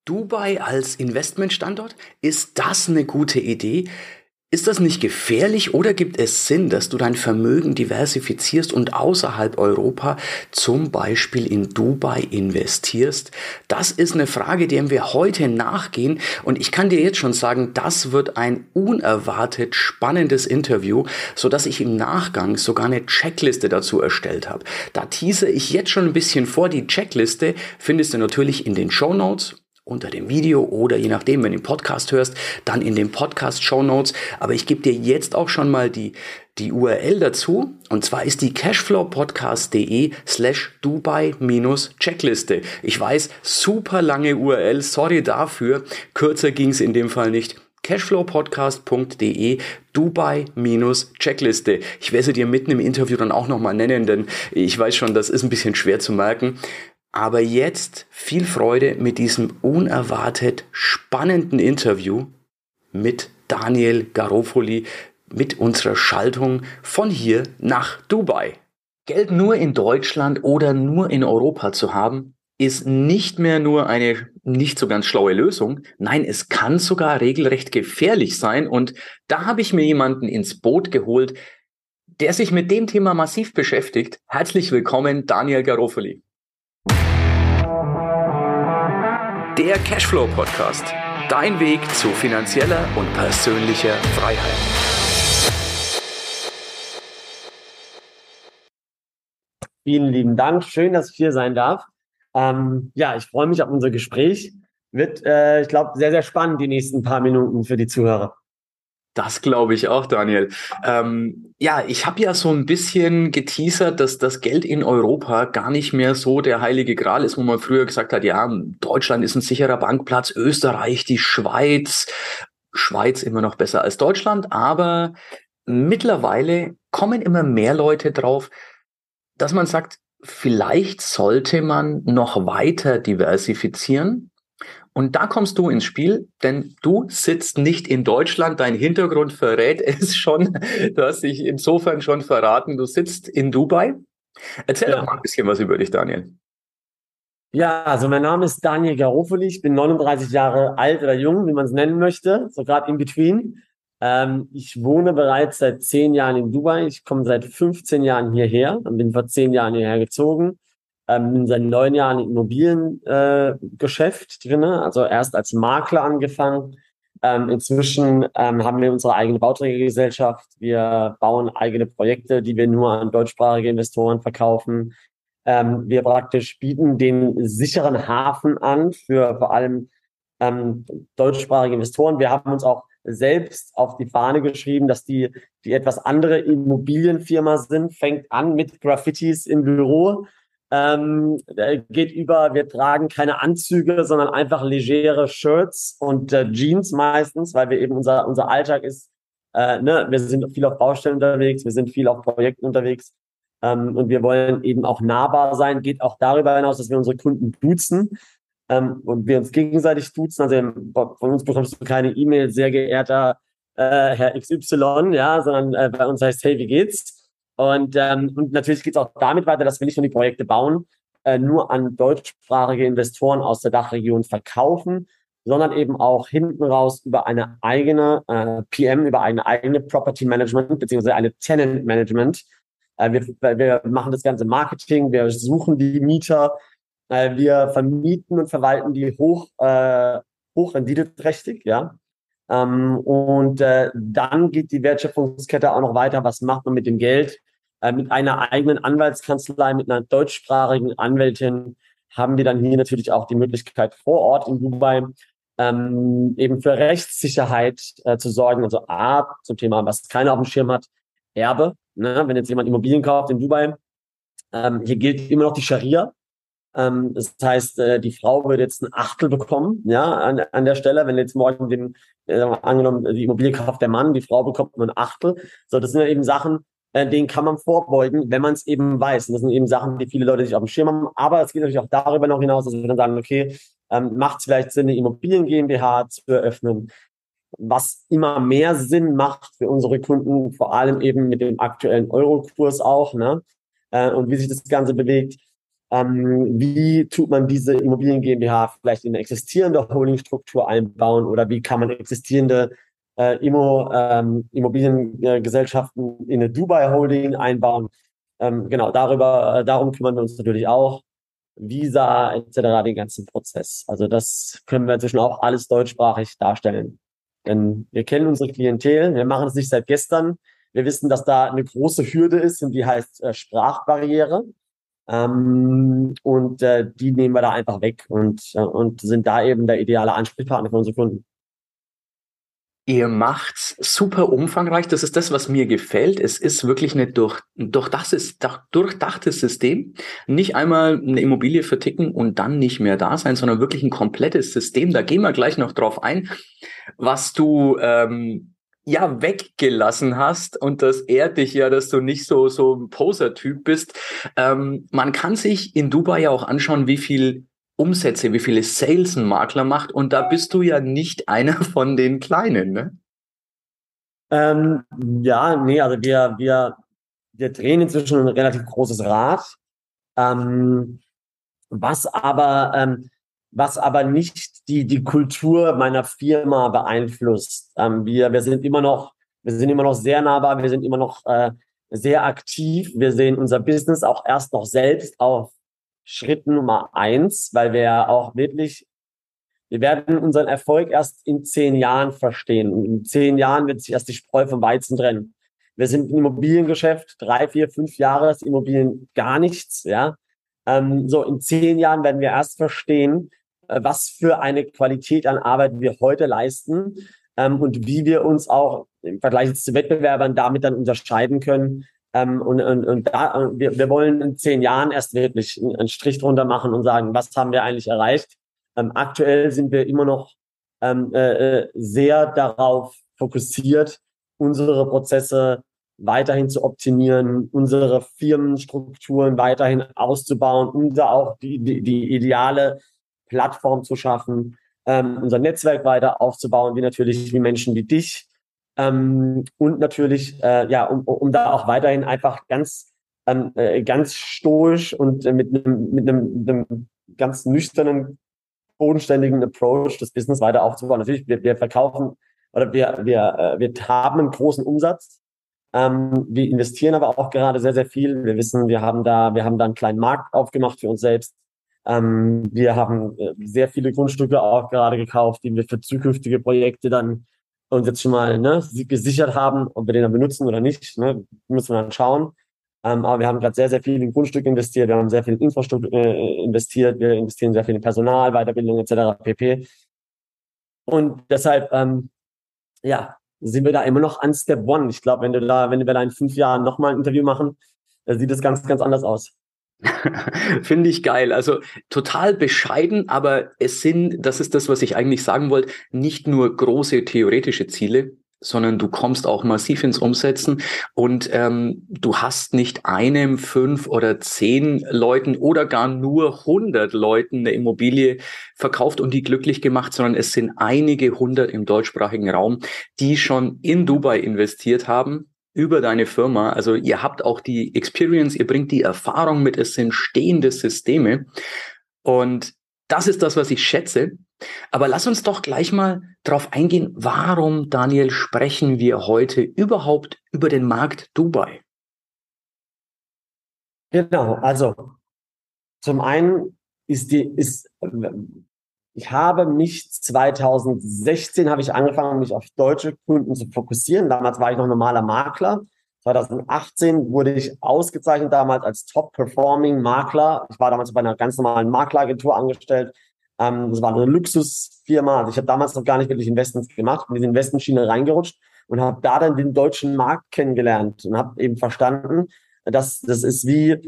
Dubai als Investmentstandort? Ist das eine gute Idee? Ist das nicht gefährlich oder gibt es Sinn, dass du dein Vermögen diversifizierst und außerhalb Europa, zum Beispiel in Dubai, investierst? Das ist eine Frage, der wir heute nachgehen und ich kann dir jetzt schon sagen, das wird ein unerwartet spannendes Interview, sodass ich im Nachgang sogar eine Checkliste dazu erstellt habe. Da tease ich jetzt schon ein bisschen vor. Die Checkliste findest du natürlich in den Shownotes unter dem Video oder je nachdem, wenn du den Podcast hörst, dann in den Podcast-Shownotes. Aber ich gebe dir jetzt auch schon mal die URL dazu. Und zwar ist die cashflowpodcast.de/Dubai-Checkliste. Ich weiß, super lange URL, sorry dafür. Kürzer ging es in dem Fall nicht. Cashflowpodcast.de Dubai-Checkliste. Ich werde sie dir mitten im Interview dann auch nochmal nennen, denn ich weiß schon, das ist ein bisschen schwer zu merken. Aber jetzt viel Freude mit diesem unerwartet spannenden Interview mit Daniel Garofoli, mit unserer Schaltung von hier nach Dubai. Geld nur in Deutschland oder nur in Europa zu haben, ist nicht mehr nur eine nicht so ganz schlaue Lösung. Nein, es kann sogar regelrecht gefährlich sein. Und da habe ich mir jemanden ins Boot geholt, der sich mit dem Thema massiv beschäftigt. Herzlich willkommen, Daniel Garofoli. Der Cashflow Podcast. Dein Weg zu finanzieller und persönlicher Freiheit. Vielen lieben Dank. Schön, dass ich hier sein darf. Ich freue mich auf unser Gespräch. Wird, ich glaube, sehr, sehr spannend die nächsten paar Minuten für die Zuhörer. Das glaube ich auch, Daniel. Ich habe ja so ein bisschen geteasert, dass das Geld in Europa gar nicht mehr so der heilige Gral ist, wo man früher gesagt hat, ja, Deutschland ist ein sicherer Bankplatz, Österreich, die Schweiz immer noch besser als Deutschland, aber mittlerweile kommen immer mehr Leute drauf, dass man sagt, vielleicht sollte man noch weiter diversifizieren. Und da kommst du ins Spiel, denn du sitzt nicht in Deutschland, dein Hintergrund verrät es schon, du hast dich insofern schon verraten, du sitzt in Dubai. Erzähl doch mal ein bisschen was über dich, Daniel. Ja, also mein Name ist Daniel Garofoli, ich bin 39 Jahre alt oder jung, wie man es nennen möchte, so gerade in between. Ich wohne bereits seit 10 Jahren in Dubai, ich komme seit 15 Jahren hierher und bin vor 10 Jahren hierher gezogen. Bin seit 9 Jahren im Immobiliengeschäft drin, also erst als Makler angefangen. Inzwischen haben wir unsere eigene Bauträgergesellschaft. Wir bauen eigene Projekte, die wir nur an deutschsprachige Investoren verkaufen. Wir praktisch bieten den sicheren Hafen an für vor allem deutschsprachige Investoren. Wir haben uns auch selbst auf die Fahne geschrieben, dass die etwas andere Immobilienfirma sind, fängt an mit Graffitis im Büro. Geht über, wir tragen keine Anzüge, sondern einfach legere Shirts und Jeans meistens, weil wir eben unser Alltag ist, wir sind viel auf Baustellen unterwegs, wir sind viel auf Projekten unterwegs und wir wollen eben auch nahbar sein, geht auch darüber hinaus, dass wir unsere Kunden duzen und wir uns gegenseitig duzen, also von uns bekommst du keine E-Mail, sehr geehrter Herr XY, ja, sondern bei uns heißt, hey, wie geht's? Und natürlich geht es auch damit weiter, dass wir nicht nur die Projekte bauen, nur an deutschsprachige Investoren aus der Dachregion verkaufen, sondern eben auch hinten raus über eine eigene PM, über eine eigene Property Management beziehungsweise eine Tenant Management. Wir machen das ganze Marketing, wir suchen die Mieter, wir vermieten und verwalten die hochrenditeträchtig, ja. Dann geht die Wertschöpfungskette auch noch weiter. Was macht man mit dem Geld? Mit einer eigenen Anwaltskanzlei, mit einer deutschsprachigen Anwältin haben wir dann hier natürlich auch die Möglichkeit vor Ort in Dubai eben für Rechtssicherheit zu sorgen. Also A, zum Thema, was keiner auf dem Schirm hat, Erbe. Ne? Wenn jetzt jemand Immobilien kauft in Dubai, hier gilt immer noch die Scharia. Das heißt, die Frau würde jetzt ein Achtel bekommen, ja, an der Stelle, wenn jetzt morgen angenommen, die Immobilie kauft der Mann, die Frau bekommt nur ein Achtel. So, das sind ja eben Sachen, denen kann man vorbeugen, wenn man es eben weiß. Und das sind eben Sachen, die viele Leute sich auf dem Schirm haben. Aber es geht natürlich auch darüber noch hinaus, dass wir dann sagen, okay, macht es vielleicht Sinn, eine Immobilien GmbH zu eröffnen, was immer mehr Sinn macht für unsere Kunden, vor allem eben mit dem aktuellen Eurokurs auch, ne? Und wie sich das Ganze bewegt. Wie tut man diese Immobilien GmbH vielleicht in eine existierende Holdingstruktur einbauen oder wie kann man existierende Immobiliengesellschaften in eine Dubai Holding einbauen? Genau, darum kümmern wir uns natürlich auch. Visa etc., den ganzen Prozess. Also das können wir inzwischen auch alles deutschsprachig darstellen. Denn wir kennen unsere Klientel, wir machen es nicht seit gestern. Wir wissen, dass da eine große Hürde ist und die heißt Sprachbarriere. Die nehmen wir da einfach weg und sind da eben der ideale Ansprechpartner für unsere Kunden. Ihr macht's super umfangreich. Das ist das, was mir gefällt. Es ist wirklich eine durchdachtes System. Nicht einmal eine Immobilie verticken und dann nicht mehr da sein, sondern wirklich ein komplettes System. Da gehen wir gleich noch drauf ein, was du weggelassen hast. Und das ehrt dich ja, dass du nicht so ein Poser-Typ bist. Man kann sich in Dubai ja auch anschauen, wie viel Umsätze, wie viele Sales ein Makler macht. Und da bist du ja nicht einer von den Kleinen, ne? Also wir drehen inzwischen ein relativ großes Rad, ähm, was aber nicht die Kultur meiner Firma beeinflusst. Wir sind immer noch sehr nahbar, wir sind immer noch sehr aktiv. Wir sehen unser Business auch erst noch selbst auf Schritt Nummer 1, weil wir auch wirklich, wir werden unseren Erfolg erst in 10 Jahren verstehen. Und in 10 Jahren wird sich erst die Spreu vom Weizen trennen. Wir sind im Immobiliengeschäft, 3, 4, 5 Jahre, das Immobilien gar nichts, ja. In 10 Jahren werden wir erst verstehen, was für eine Qualität an Arbeit wir heute leisten, und wie wir uns auch im Vergleich zu Wettbewerbern damit dann unterscheiden können. Wir wollen in 10 Jahren erst wirklich einen Strich drunter machen und sagen, was haben wir eigentlich erreicht? Aktuell sind wir immer noch sehr darauf fokussiert, unsere Prozesse weiterhin zu optimieren, unsere Firmenstrukturen weiterhin auszubauen, um da auch die ideale Plattform zu schaffen, unser Netzwerk weiter aufzubauen, wie Menschen wie dich. Und natürlich, um da auch weiterhin einfach ganz stoisch und mit einem ganz nüchternen, bodenständigen Approach das Business weiter aufzubauen. Natürlich, wir verkaufen oder wir haben einen großen Umsatz. Wir investieren aber auch gerade sehr, sehr viel. Wir wissen, wir haben da einen kleinen Markt aufgemacht für uns selbst. Wir haben sehr viele Grundstücke auch gerade gekauft, die wir für zukünftige Projekte dann uns jetzt schon mal gesichert haben, ob wir den dann benutzen oder nicht, müssen wir dann schauen. Aber wir haben gerade sehr, sehr viel in Grundstücke investiert, wir haben sehr viel in Infrastruktur investiert, wir investieren sehr viel in Personal, Weiterbildung etc. pp. Und deshalb, sind wir da immer noch an Step One. Ich glaube, wenn wir da in 5 Jahren nochmal ein Interview machen, sieht es ganz, ganz anders aus. Finde ich geil. Also total bescheiden, aber das ist das, was ich eigentlich sagen wollte, nicht nur große theoretische Ziele, sondern du kommst auch massiv ins Umsetzen und du hast nicht einem, 5 oder 10 Leuten oder gar nur 100 Leuten eine Immobilie verkauft und die glücklich gemacht, sondern es sind einige 100 im deutschsprachigen Raum, die schon in Dubai investiert haben über deine Firma. Also ihr habt auch die Experience, ihr bringt die Erfahrung mit, es sind stehende Systeme und das ist das, was ich schätze. Aber lass uns doch gleich mal drauf eingehen, warum, Daniel, sprechen wir heute überhaupt über den Markt Dubai? Genau, also zum einen ich habe mich 2016 habe ich angefangen, mich auf deutsche Kunden zu fokussieren. Damals war ich noch normaler Makler. 2018 wurde ich ausgezeichnet damals als Top-Performing Makler. Ich war damals bei einer ganz normalen Makleragentur angestellt. Das war eine Luxusfirma. Also ich habe damals noch gar nicht wirklich Investments gemacht, bin in die Investmentschiene reingerutscht und habe da dann den deutschen Markt kennengelernt und habe eben verstanden, dass das ist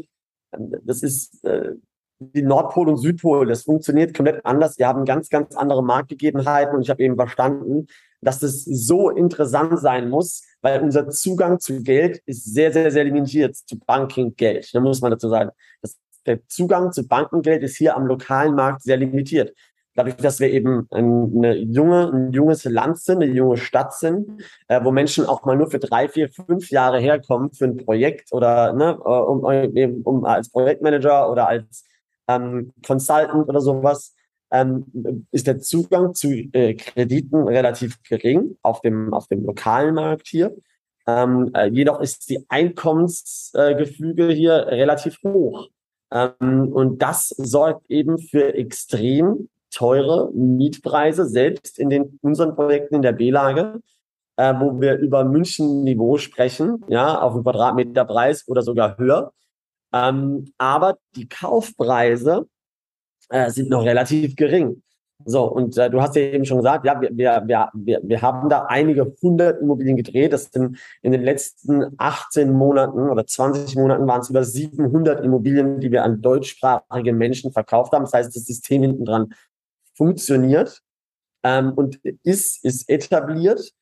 wie Nordpol und Südpol. Das funktioniert komplett anders. Wir haben ganz, ganz andere Marktgegebenheiten und ich habe eben verstanden, dass das so interessant sein muss, weil unser Zugang zu Geld ist sehr, sehr, sehr limitiert, zu Banking-Geld. Da muss man dazu sagen. Der Zugang zu Bankengeld ist hier am lokalen Markt sehr limitiert. Dadurch, dass wir eben ein junges Land sind, eine junge Stadt sind, wo Menschen auch mal nur für 3, 4, 5 Jahre herkommen für ein Projekt oder um als Projektmanager oder als Consultant oder sowas, ist der Zugang zu Krediten relativ gering auf dem lokalen Markt hier. Jedoch ist die Einkommensgefüge hier relativ hoch. Und das sorgt eben für extrem teure Mietpreise, selbst in unseren Projekten in der B-Lage, wo wir über München-Niveau sprechen, ja, auf einen Quadratmeterpreis oder sogar höher. Aber die Kaufpreise sind noch relativ gering. So, und du hast ja eben schon gesagt, ja, wir haben da einige hundert Immobilien gedreht. Das sind in den letzten 18 Monaten oder 20 Monaten waren es über 700 Immobilien, die wir an deutschsprachige Menschen verkauft haben. Das heißt, das System hinten dran funktioniert und ist etabliert.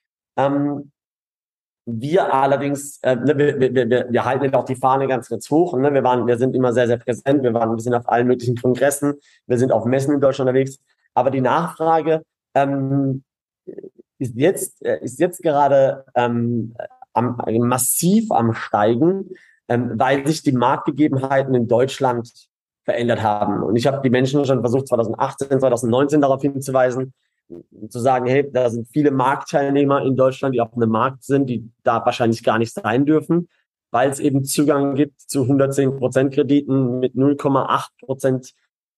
Wir allerdings, wir halten ja auch die Fahne ganz, ganz hoch. Ne? Wir sind immer sehr, sehr präsent. Wir sind auf allen möglichen Kongressen. Wir sind auf Messen in Deutschland unterwegs. Aber die Nachfrage ist jetzt gerade massiv am Steigen, weil sich die Marktgegebenheiten in Deutschland verändert haben. Und ich habe die Menschen schon versucht, 2018, 2019 darauf hinzuweisen, zu sagen, hey, da sind viele Marktteilnehmer in Deutschland, die auf einem Markt sind, die da wahrscheinlich gar nicht sein dürfen, weil es eben Zugang gibt zu 110% Krediten mit 0,8%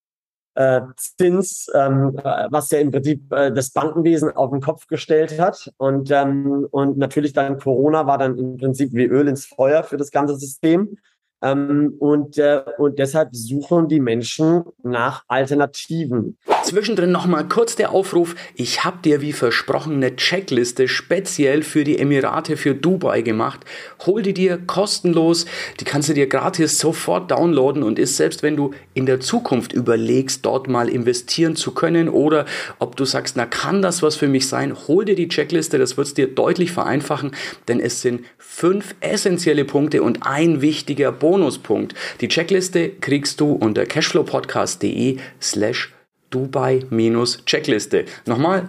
Zins, was ja im Prinzip das Bankenwesen auf den Kopf gestellt hat. Und natürlich dann Corona war dann im Prinzip wie Öl ins Feuer für das ganze System. Und deshalb suchen die Menschen nach Alternativen. Zwischendrin nochmal kurz der Aufruf. Ich habe dir wie versprochen eine Checkliste speziell für die Emirate, für Dubai gemacht. Hol die dir kostenlos. Die kannst du dir gratis sofort downloaden und ist, selbst wenn du in der Zukunft überlegst, dort mal investieren zu können oder ob du sagst, na, kann das was für mich sein, hol dir die Checkliste. Das wird es dir deutlich vereinfachen, denn es sind 5 essentielle Punkte und ein wichtiger Bonuspunkt. Die Checkliste kriegst du unter cashflowpodcast.de/Dubai-Checkliste. Nochmal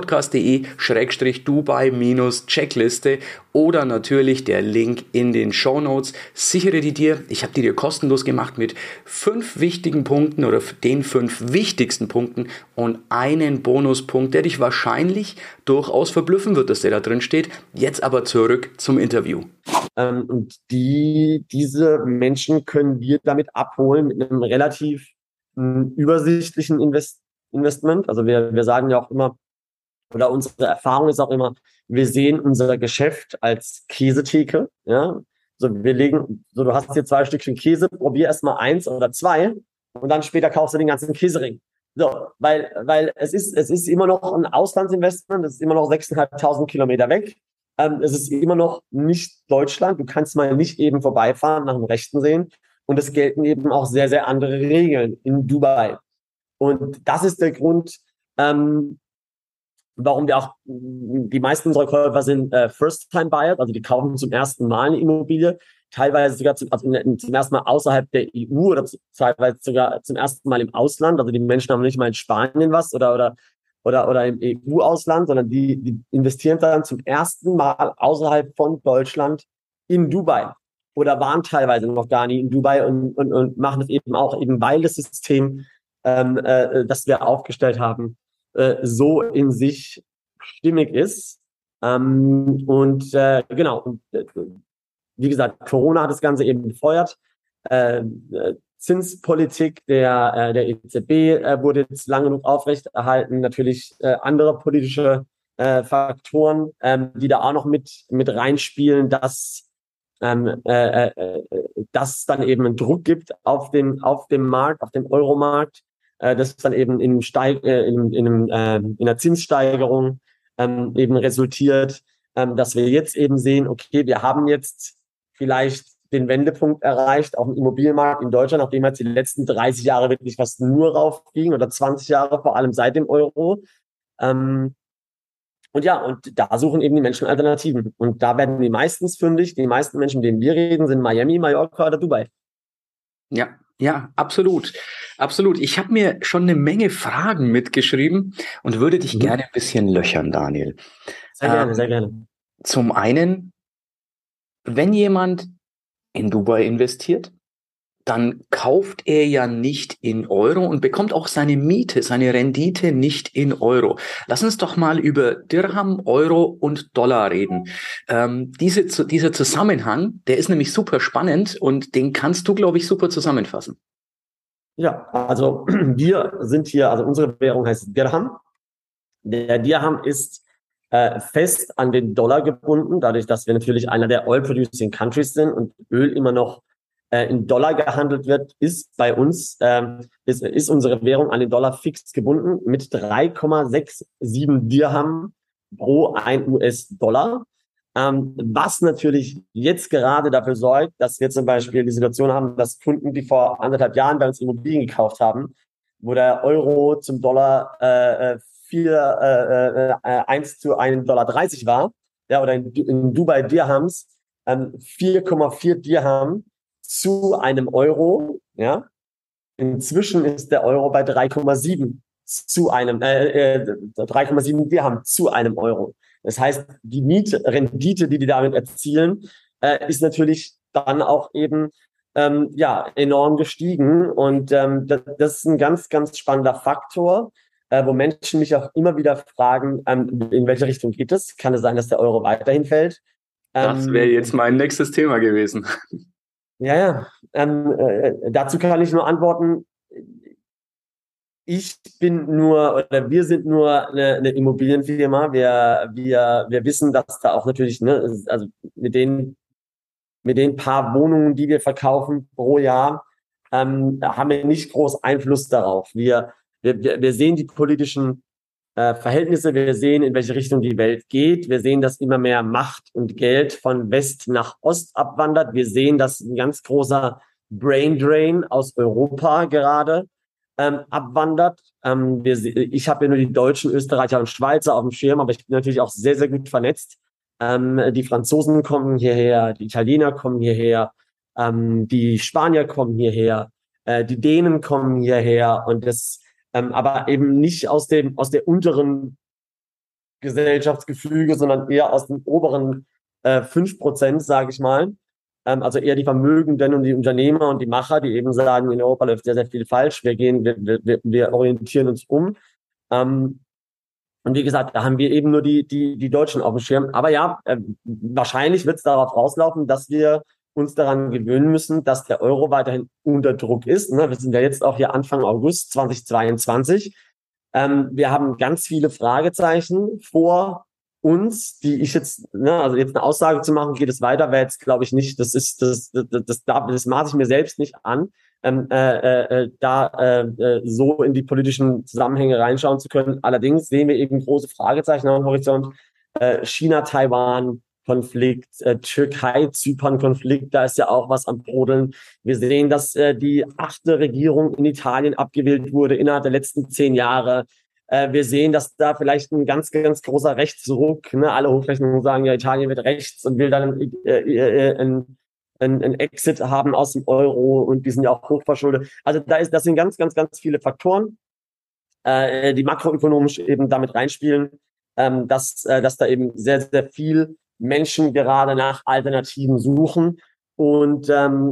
cashflowpodcast.de/Dubai-Checkliste oder natürlich der Link in den Shownotes. Sichere die dir. Ich habe die dir kostenlos gemacht mit 5 wichtigen Punkten oder den 5 wichtigsten Punkten und einen Bonuspunkt, der dich wahrscheinlich durchaus verblüffen wird, dass der da drin steht. Jetzt aber zurück zum Interview. Und diese Menschen können wir damit abholen mit einem relativ übersichtlichen Investment. Also wir sagen ja auch immer, oder unsere Erfahrung ist auch immer, wir sehen unser Geschäft als Käsetheke. Ja? So, du hast hier 2 Stückchen Käse, probier erst mal 1 oder 2 und dann später kaufst du den ganzen Käsering. So, weil es ist immer noch ein Auslandsinvestment, es ist immer noch 6.500 Kilometer weg. Es ist immer noch nicht Deutschland. Du kannst mal nicht eben vorbeifahren, nach dem Rechten sehen. Und es gelten eben auch sehr, sehr andere Regeln in Dubai. Und das ist der Grund, warum wir auch, die meisten unserer Käufer sind First-Time-Buyers, also die kaufen zum ersten Mal eine Immobilie, teilweise sogar zum ersten Mal außerhalb der EU oder teilweise sogar zum ersten Mal im Ausland. Also die Menschen haben nicht mal in Spanien was oder im EU-Ausland, sondern die investieren dann zum ersten Mal außerhalb von Deutschland in Dubai oder waren teilweise noch gar nie in Dubai und machen es eben auch, eben weil das System, das wir aufgestellt haben, so in sich stimmig ist. Genau. Und, wie gesagt, Corona hat das Ganze eben befeuert. Zinspolitik der EZB wurde jetzt lange genug aufrechterhalten. Natürlich andere politische Faktoren, die da auch noch mit reinspielen, dass dann eben einen Druck gibt auf dem Markt, auf dem Euromarkt, das dann eben in einer Zinssteigerung eben resultiert, dass wir jetzt eben sehen, okay, wir haben jetzt vielleicht den Wendepunkt erreicht auf dem Immobilienmarkt in Deutschland, nachdem jetzt die letzten 30 Jahre wirklich fast nur raufging oder 20 Jahre, vor allem seit dem Euro. Und da suchen eben die Menschen Alternativen. Und da werden die meistens fündig. Die meisten Menschen, mit denen wir reden, sind Miami, Mallorca oder Dubai. Ja, absolut. Absolut. Ich habe mir schon eine Menge Fragen mitgeschrieben und würde dich gerne ein bisschen löchern, Daniel. Sehr gerne, sehr gerne. Zum einen, wenn jemand in Dubai investiert, dann kauft er ja nicht in Euro und bekommt auch seine Miete, seine Rendite nicht in Euro. Lass uns doch mal über Dirham, Euro und Dollar reden. Dieser Zusammenhang, der ist nämlich super spannend und den kannst du, glaube ich, super zusammenfassen. Ja, also wir sind hier, also unsere Währung heißt Dirham. Der Dirham ist fest an den Dollar gebunden, dadurch, dass wir natürlich einer der Oil-Producing Countries sind und Öl immer noch in Dollar gehandelt wird, ist bei uns, ist unsere Währung an den Dollar fix gebunden mit 3,67 Dirham pro 1 US-Dollar. Was natürlich jetzt gerade dafür sorgt, dass wir zum Beispiel die Situation haben, dass Kunden, die vor 1,5 Jahren bei uns Immobilien gekauft haben, wo der Euro zum Dollar 1 zu 1,30 $ war, ja, oder in Dubai Dirhams 4,4 Dirham zu einem Euro, ja. Inzwischen ist der Euro bei 3,7 zu einem 3,7 Dirham zu einem Euro. Das heißt, die Mietrendite, die damit erzielen, ist natürlich dann auch eben ja enorm gestiegen. Und das ist ein ganz, ganz spannender Faktor, wo Menschen mich auch immer wieder fragen, in welche Richtung geht es? Kann es sein, dass der Euro weiterhin fällt? Das wäre jetzt mein nächstes Thema gewesen. Ja, ja. Dazu kann ich nur antworten, wir sind nur eine Immobilienfirma. Wir wissen, dass da auch natürlich, ne, also mit den paar Wohnungen, die wir verkaufen pro Jahr, haben wir nicht groß Einfluss darauf. Wir sehen die politischen Verhältnisse, wir sehen, in welche Richtung die Welt geht. Wir sehen, dass immer mehr Macht und Geld von West nach Ost abwandert. Wir sehen, dass ein ganz großer Brain Drain aus Europa gerade abwandert. Ich habe ja nur die Deutschen, Österreicher und Schweizer auf dem Schirm, aber ich bin natürlich auch sehr, sehr gut vernetzt. Die Franzosen kommen hierher, die Italiener kommen hierher, die Spanier kommen hierher, die Dänen kommen hierher und das aber eben nicht aus der unteren Gesellschaftsgefüge, sondern eher aus den oberen 5%, sage ich mal. Also eher die Vermögenden und die Unternehmer und die Macher, die eben sagen, in Europa läuft sehr, sehr viel falsch, wir orientieren uns um. Und wie gesagt, da haben wir eben nur die Deutschen auf dem Schirm. Aber ja, wahrscheinlich wird es darauf rauslaufen, dass wir uns daran gewöhnen müssen, dass der Euro weiterhin unter Druck ist. Ne? Wir sind ja jetzt auch hier Anfang August 2022. Wir haben ganz viele Fragezeichen vor uns, die ich jetzt, ne, also jetzt eine Aussage zu machen, geht es weiter, wäre jetzt, glaube ich, nicht, das maße ich mir selbst nicht an, so in die politischen Zusammenhänge reinschauen zu können. Allerdings sehen wir eben große Fragezeichen am Horizont. China-Taiwan, Konflikt, Türkei-Zypern-Konflikt, da ist ja auch was am Brodeln. Wir sehen, dass die 8. Regierung in Italien abgewählt wurde innerhalb der letzten 10 Jahre. Wir sehen, dass da vielleicht ein ganz, ganz großer Rechtsruck, ne? Alle Hochrechnungen sagen, ja, Italien wird rechts und will dann ein Exit haben aus dem Euro und die sind ja auch hochverschuldet. Also das sind ganz, ganz, ganz viele Faktoren, die makroökonomisch eben damit reinspielen, dass da eben sehr, sehr viel Menschen gerade nach Alternativen suchen. Und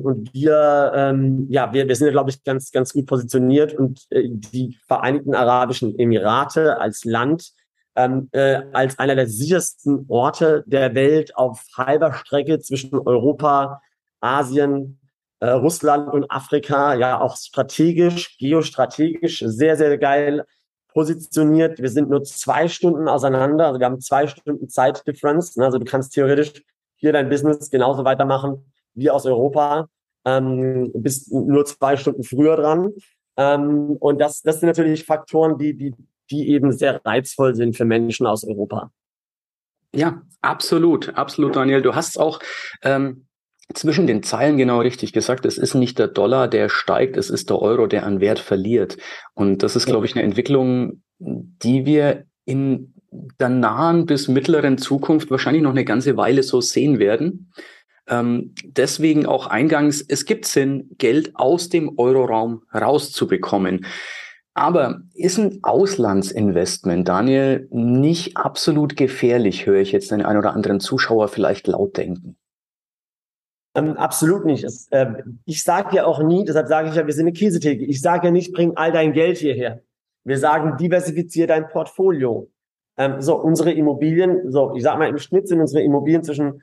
wir sind ja, glaube ich, ganz, ganz gut positioniert. Und die Vereinigten Arabischen Emirate als Land, als einer der sichersten Orte der Welt auf halber Strecke zwischen Europa, Asien, Russland und Afrika, ja auch strategisch, geostrategisch sehr, sehr geil positioniert. Wir sind nur 2 Stunden auseinander, also wir haben 2 Stunden Zeitdifferenz. Also du kannst theoretisch hier dein Business genauso weitermachen wie aus Europa, bist nur 2 Stunden früher dran. Und das sind natürlich Faktoren, die eben sehr reizvoll sind für Menschen aus Europa. Ja, absolut, absolut, Daniel. Du hast auch zwischen den Zeilen genau richtig gesagt. Es ist nicht der Dollar, der steigt, es ist der Euro, der an Wert verliert. Und das ist, glaube ich, eine Entwicklung, die wir in der nahen bis mittleren Zukunft wahrscheinlich noch eine ganze Weile so sehen werden. Deswegen auch eingangs, es gibt Sinn, Geld aus dem Euroraum rauszubekommen. Aber ist ein Auslandsinvestment, Daniel, nicht absolut gefährlich, höre ich jetzt den einen oder anderen Zuschauer vielleicht laut denken? Absolut nicht. Ich sage ja auch nie, deshalb sage ich ja, wir sind eine Käsetheke. Ich sage ja nicht, bring all dein Geld hierher. Wir sagen, diversifiziere dein Portfolio. Unsere Immobilien, ich sag mal, im Schnitt sind unsere Immobilien zwischen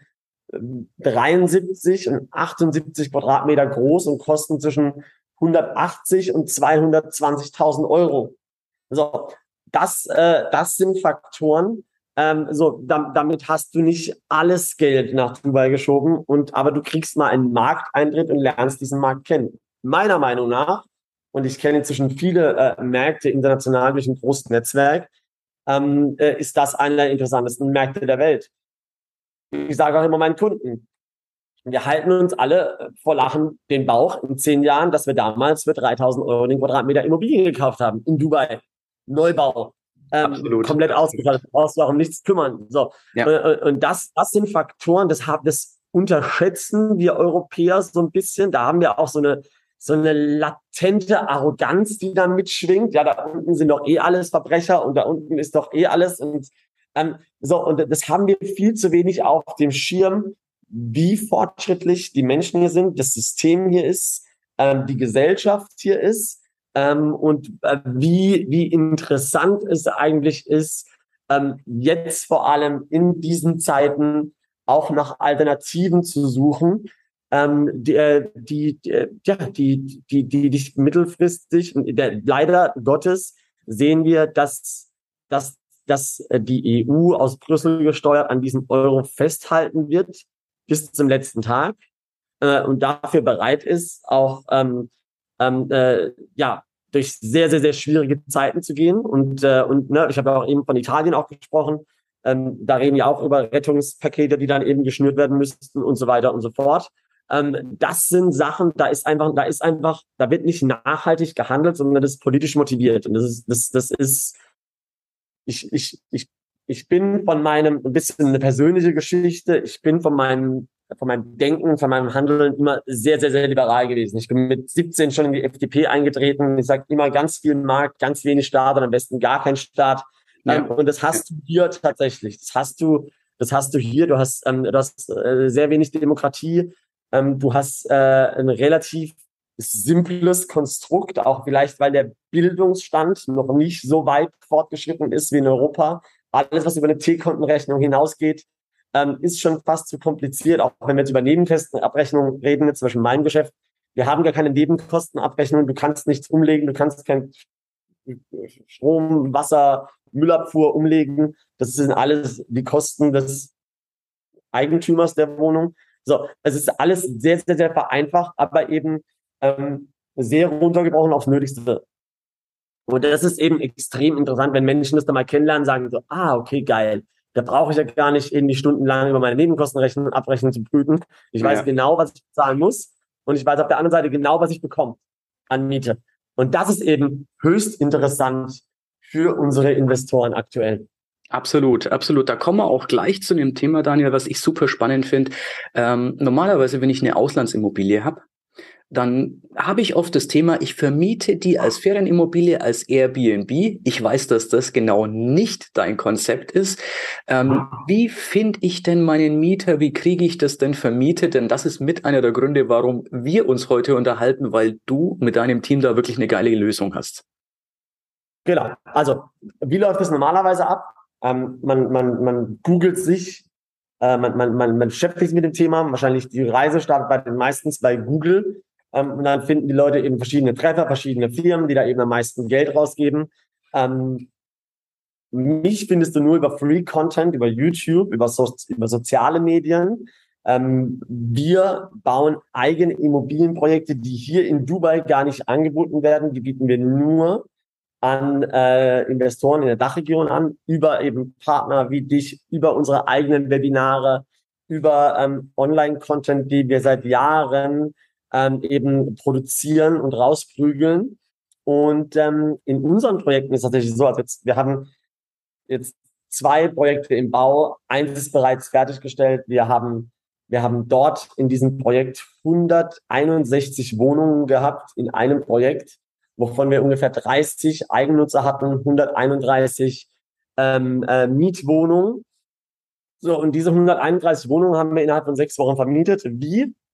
73 und 78 Quadratmeter groß und kosten zwischen 180 und 220.000 Euro. Das sind Faktoren. Damit hast du nicht alles Geld nach Dubai geschoben, aber du kriegst mal einen Markteintritt und lernst diesen Markt kennen. Meiner Meinung nach, und ich kenne inzwischen viele Märkte international durch ein großes Netzwerk, ist das einer der interessantesten Märkte der Welt. Ich sage auch immer meinen Kunden, wir halten uns alle vor Lachen den Bauch in 10 Jahren, dass wir damals für 3.000 Euro den Quadratmeter Immobilien gekauft haben in Dubai. Neubau. Komplett ausgestattet, brauchst du auch um nichts kümmern. Ja. Und das sind Faktoren, das unterschätzen wir Europäer so ein bisschen. Da haben wir auch so eine latente Arroganz, die da mitschwingt. Ja, da unten sind doch eh alles Verbrecher und da unten ist doch eh alles. Und das haben wir viel zu wenig auf dem Schirm, wie fortschrittlich die Menschen hier sind, das System hier ist, die Gesellschaft hier ist. Wie interessant es eigentlich ist, jetzt vor allem in diesen Zeiten auch nach Alternativen zu suchen, die dich mittelfristig, und leider Gottes sehen wir, dass die EU aus Brüssel gesteuert an diesem Euro festhalten wird bis zum letzten Tag und dafür bereit ist, auch durch sehr, sehr, sehr schwierige Zeiten zu gehen. Und ich habe auch eben von Italien auch gesprochen. Da reden ja auch über Rettungspakete, die dann eben geschnürt werden müssten und so weiter und so fort. Das sind Sachen, da wird nicht nachhaltig gehandelt, sondern das ist politisch motiviert. Und ich bin von meinem, ein bisschen eine persönliche Geschichte, ich bin von meinem Denken, von meinem Handeln immer sehr, sehr, sehr liberal gewesen. Ich bin mit 17 schon in die FDP eingetreten. Ich sage immer ganz viel Markt, ganz wenig Staat und am besten gar kein Staat. Ja. Und das hast du hier tatsächlich. Das hast du hier. Du hast sehr wenig Demokratie. Du hast ein relativ simples Konstrukt, auch vielleicht, weil der Bildungsstand noch nicht so weit fortgeschritten ist wie in Europa. Alles, was über eine T-Kontenrechnung hinausgeht, ist schon fast zu kompliziert, auch wenn wir jetzt über Nebenkostenabrechnungen reden, zum Beispiel in meinem Geschäft. Wir haben gar keine Nebenkostenabrechnung, du kannst nichts umlegen, du kannst kein Strom, Wasser, Müllabfuhr umlegen. Das sind alles die Kosten des Eigentümers der Wohnung. Es ist alles sehr, sehr, sehr vereinfacht, aber eben sehr runtergebrochen aufs Nötigste. Und das ist eben extrem interessant, wenn Menschen das dann mal kennenlernen, sagen so, okay, geil. Da brauche ich ja gar nicht irgendwie stundenlang über meine Nebenkostenrechnung abrechnen zu brüten. Ich weiß genau, was ich zahlen muss. Und ich weiß auf der anderen Seite genau, was ich bekomme an Miete. Und das ist eben höchst interessant für unsere Investoren aktuell. Absolut, absolut. Da kommen wir auch gleich zu dem Thema, Daniel, was ich super spannend finde. Normalerweise, wenn ich eine Auslandsimmobilie habe, dann habe ich oft das Thema, ich vermiete die als Ferienimmobilie, als Airbnb. Ich weiß, dass das genau nicht dein Konzept ist. Wie finde ich denn meinen Mieter? Wie kriege ich das denn vermietet? Denn das ist mit einer der Gründe, warum wir uns heute unterhalten, weil du mit deinem Team da wirklich eine geile Lösung hast. Genau. Also, wie läuft das normalerweise ab? Man googelt sich, man beschäftigt sich mit dem Thema. Wahrscheinlich die Reise startet meistens bei Google. Und dann finden die Leute eben verschiedene Treffer, verschiedene Firmen, die da eben am meisten Geld rausgeben. Mich findest du nur über Free Content, über YouTube, über soziale Medien. Wir bauen eigene Immobilienprojekte, die hier in Dubai gar nicht angeboten werden. Die bieten wir nur an Investoren in der Dachregion an, über eben Partner wie dich, über unsere eigenen Webinare, über Online-Content, die wir seit Jahren eben produzieren und rausprügeln. Und in unseren Projekten ist es tatsächlich so, wir haben jetzt 2 Projekte im Bau, eins ist bereits fertiggestellt. Wir haben dort in diesem Projekt 161 Wohnungen gehabt in einem Projekt, wovon wir ungefähr 30 Eigennutzer hatten, 131 Mietwohnungen. Und diese 131 Wohnungen haben wir innerhalb von 6 Wochen vermietet. Wie?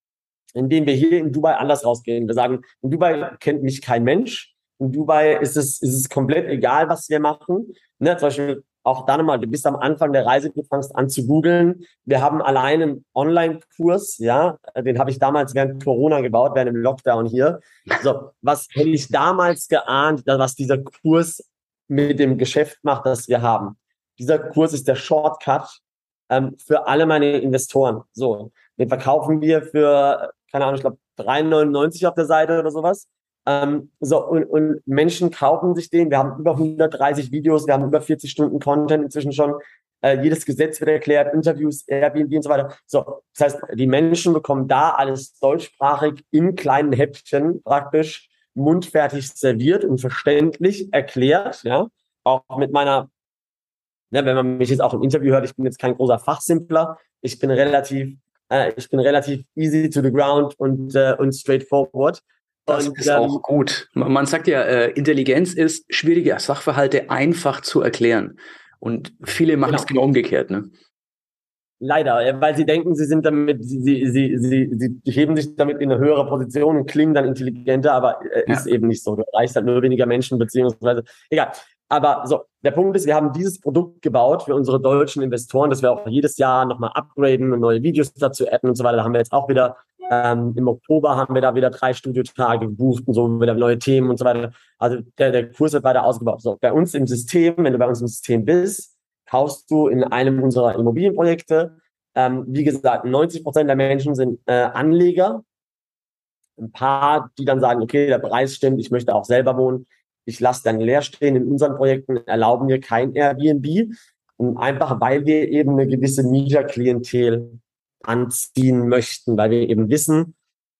indem wir hier in Dubai anders rausgehen. Wir sagen, in Dubai kennt mich kein Mensch. In Dubai ist es komplett egal, was wir machen. Ne, zum Beispiel auch da nochmal, du bist am Anfang der Reise, du fängst an zu googeln. Wir haben allein einen Online-Kurs, ja, den habe ich damals während Corona gebaut, während dem Lockdown hier. So, was hätte ich damals geahnt, was dieser Kurs mit dem Geschäft macht, das wir haben. Dieser Kurs ist der Shortcut für alle meine Investoren. So, den verkaufen wir für, keine Ahnung, ich glaube 3,99 auf der Seite oder sowas. Und Menschen kaufen sich den. Wir haben über 130 Videos, wir haben über 40 Stunden Content inzwischen schon. Jedes Gesetz wird erklärt, Interviews, Airbnb und so weiter. So, das heißt, die Menschen bekommen da alles deutschsprachig in kleinen Häppchen praktisch mundfertig serviert und verständlich erklärt. Ja, auch mit meiner, ne, wenn man mich jetzt auch im Interview hört, ich bin jetzt kein großer Fachsimpler. Ich bin relativ easy to the ground und straightforward. Das ist auch gut. Man sagt ja, Intelligenz ist, schwierige Sachverhalte einfach zu erklären. Und viele machen es genau umgekehrt, ne? Leider, weil sie denken, sie sind damit, sie heben sich damit in eine höhere Position und klingen dann intelligenter, aber ist eben nicht so. Du erreichst halt nur weniger Menschen, beziehungsweise, egal. Aber so, der Punkt ist, wir haben dieses Produkt gebaut für unsere deutschen Investoren, dass wir auch jedes Jahr nochmal upgraden und neue Videos dazu adden und so weiter. Da haben wir jetzt auch wieder, im Oktober haben wir da wieder 3 Studiotage gebucht und so, wieder neue Themen und so weiter. Also der Kurs wird weiter ausgebaut. So, bei uns im System, wenn du bei uns im System bist, kaufst du in einem unserer Immobilienprojekte. Wie gesagt, 90% der Menschen sind Anleger. Ein paar, die dann sagen, okay, der Preis stimmt, ich möchte auch selber wohnen. Ich lasse dann leer stehen. In unseren Projekten erlauben wir kein Airbnb. Und einfach, weil wir eben eine gewisse Mieterklientel anziehen möchten, weil wir eben wissen,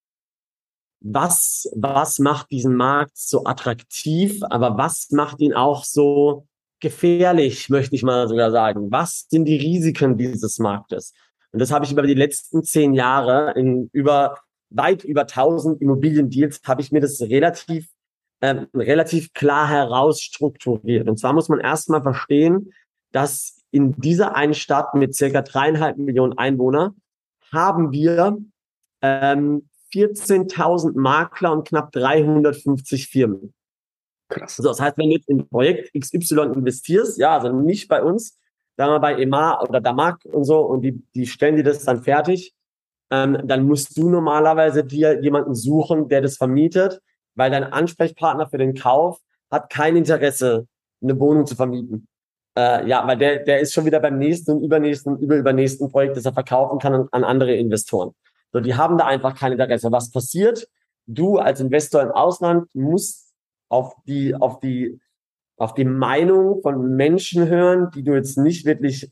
was macht diesen Markt so attraktiv, aber was macht ihn auch so gefährlich, möchte ich mal sogar sagen. Was sind die Risiken dieses Marktes? Und das habe ich über die letzten 10 Jahre in weit über 1000 Immobiliendeals habe ich mir das relativ klar herausstrukturiert. Und zwar muss man erstmal verstehen, dass in dieser einen Stadt mit circa 3,5 Millionen Einwohnern haben wir 14.000 Makler und knapp 350 Firmen. Krass. So, das heißt, wenn du jetzt in Projekt XY investierst, ja, also nicht bei uns, sagen wir bei Emar oder Damag und so, und die stellen dir das dann fertig, dann musst du normalerweise dir jemanden suchen, der das vermietet, weil dein Ansprechpartner für den Kauf hat kein Interesse, eine Wohnung zu vermieten. Ja, weil der ist schon wieder beim nächsten und übernächsten Projekt, das er verkaufen kann an andere Investoren. So, die haben da einfach kein Interesse. Was passiert? Du als Investor im Ausland musst auf die Meinung von Menschen hören, die du jetzt nicht wirklich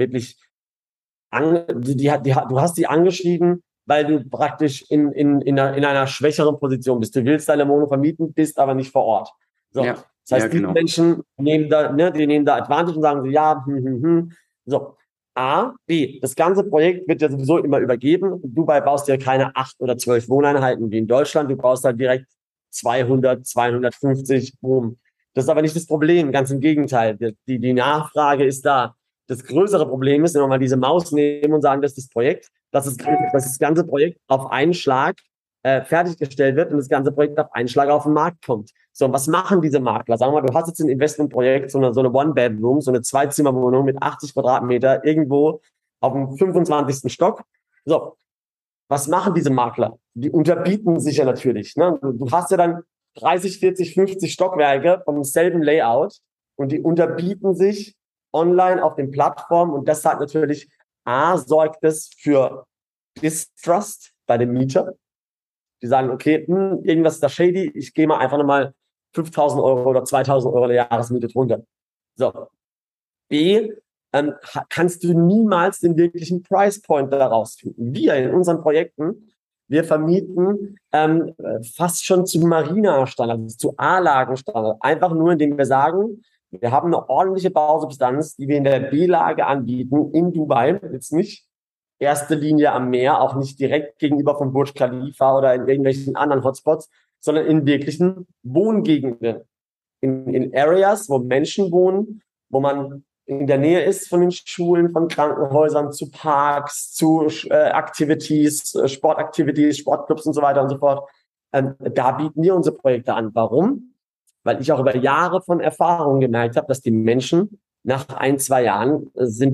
du hast die angeschrieben, weil du praktisch in einer schwächeren Position bist. Du willst deine Wohnung vermieten, bist aber nicht vor Ort. So. Ja, das heißt, die Menschen nehmen da Advantage und sagen so, ja, So. A, B, das ganze Projekt wird ja sowieso immer übergeben. Dubai baust ja keine 8 oder 12 Wohneinheiten wie in Deutschland. Du baust halt direkt 200, 250, boom. Das ist aber nicht das Problem, ganz im Gegenteil. Die Nachfrage ist da. Das größere Problem ist, wenn wir mal diese Maus nehmen und sagen, das ist das Projekt, dass das ganze Projekt auf einen Schlag fertiggestellt wird und das ganze Projekt auf einen Schlag auf den Markt kommt. So, was machen diese Makler? Sagen wir mal, du hast jetzt ein Investmentprojekt, so eine One-Bedroom, so eine Zweizimmerwohnung mit 80 Quadratmeter irgendwo auf dem 25. Stock. So, was machen diese Makler? Die unterbieten sich ja natürlich. Ne? Du hast ja dann 30, 40, 50 Stockwerke vom selben Layout und die unterbieten sich online auf den Plattformen und das hat natürlich, sorgt es für Distrust bei dem Mieter. Die sagen, okay, irgendwas ist da shady, ich gehe mal einfach nochmal 5.000 Euro oder 2.000 Euro der Jahresmiete drunter. So. B, kannst du niemals den wirklichen Price Point daraus finden. Wir in unseren Projekten, wir vermieten fast schon zu Marina-Standard, also zu A-Lagen-Standard. Einfach nur, indem wir sagen, wir haben eine ordentliche Bausubstanz, die wir in der B-Lage anbieten, in Dubai, jetzt nicht erste Linie am Meer, auch nicht direkt gegenüber von Burj Khalifa oder in irgendwelchen anderen Hotspots, sondern in wirklichen Wohngegenden, in Areas, wo Menschen wohnen, wo man in der Nähe ist von den Schulen, von Krankenhäusern, zu Parks, zu Activities, Sportactivities, Sportclubs und so weiter und so fort. Da bieten wir unsere Projekte an. Warum? Weil ich auch über Jahre von Erfahrung gemerkt habe, dass die Menschen nach 1, 2 Jahren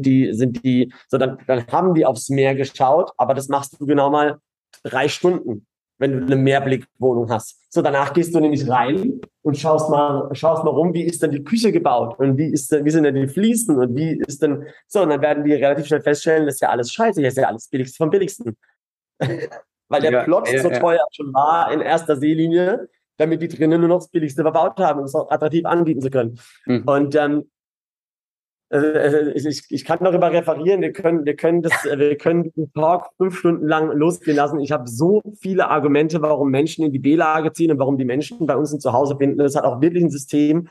dann haben die aufs Meer geschaut, aber das machst du genau mal 3 Stunden, wenn du eine Mehrblickwohnung hast. So, danach gehst du nämlich rein und schaust mal rum, wie ist denn die Küche gebaut und wie sind denn die Fliesen und und dann werden die relativ schnell feststellen, das ist ja alles scheiße, hier ist ja alles Billigste vom Billigsten. Weil der Plot so teuer schon war in erster Seelinie, damit die drinnen nur noch das Billigste verbaut haben, um es auch attraktiv anbieten zu können. Mhm. Und ich kann darüber referieren, wir können den Talk 5 Stunden lang losgehen lassen. Ich habe so viele Argumente, warum Menschen in die B-Lage ziehen und warum die Menschen bei uns ein Zuhause finden. Das hat auch wirklich ein System.